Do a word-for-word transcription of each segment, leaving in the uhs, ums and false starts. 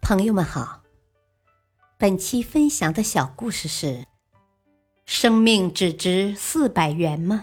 朋友们好，本期分享的小故事是：生命只值四百元吗？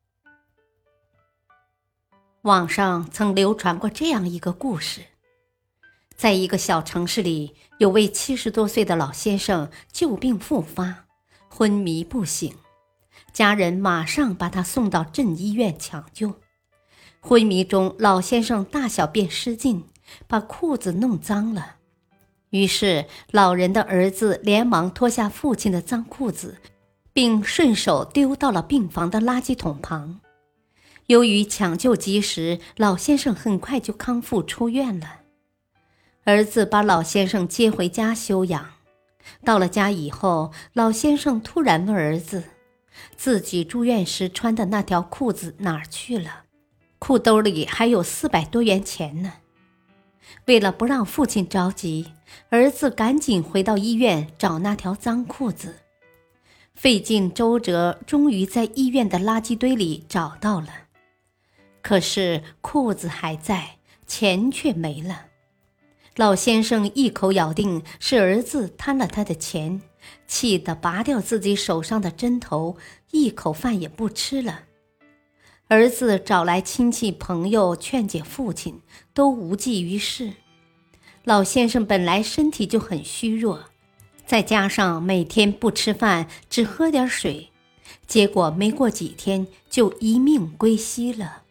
网上曾流传过这样一个故事，在一个小城市里，有位七十多岁的老先生旧病复发，昏迷不醒，家人马上把他送到镇医院抢救。昏迷中，老先生大小便失禁，把裤子弄脏了。于是老人的儿子连忙脱下父亲的脏裤子，并顺手丢到了病房的垃圾桶旁。由于抢救及时，老先生很快就康复出院了。儿子把老先生接回家休养。到了家以后，老先生突然问儿子，自己住院时穿的那条裤子哪儿去了？裤兜里还有四百多元钱呢。为了不让父亲着急，儿子赶紧回到医院找那条脏裤子。费尽周折，终于在医院的垃圾堆里找到了。可是裤子还在，钱却没了。老先生一口咬定是儿子贪了他的钱，气得拔掉自己手上的针头，一口饭也不吃了。儿子找来亲戚朋友劝解父亲，都无济于事。老先生本来身体就很虚弱，再加上每天不吃饭，只喝点水，结果没过几天就一命归西了。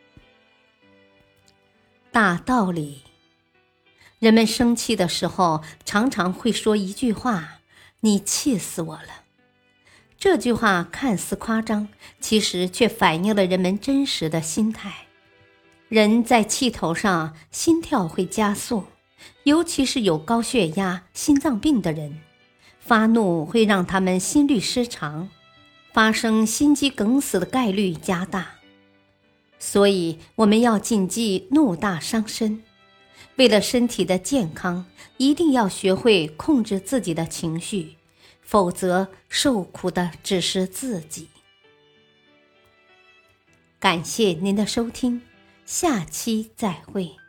大道理，人们生气的时候常常会说一句话：你气死我了。这句话看似夸张，其实却反映了人们真实的心态。人在气头上，心跳会加速，尤其是有高血压、心脏病的人，发怒会让他们心律失常，发生心肌梗死的概率加大。所以我们要谨记怒大伤身。为了身体的健康，一定要学会控制自己的情绪，否则受苦的只是自己。感谢您的收听，下期再会。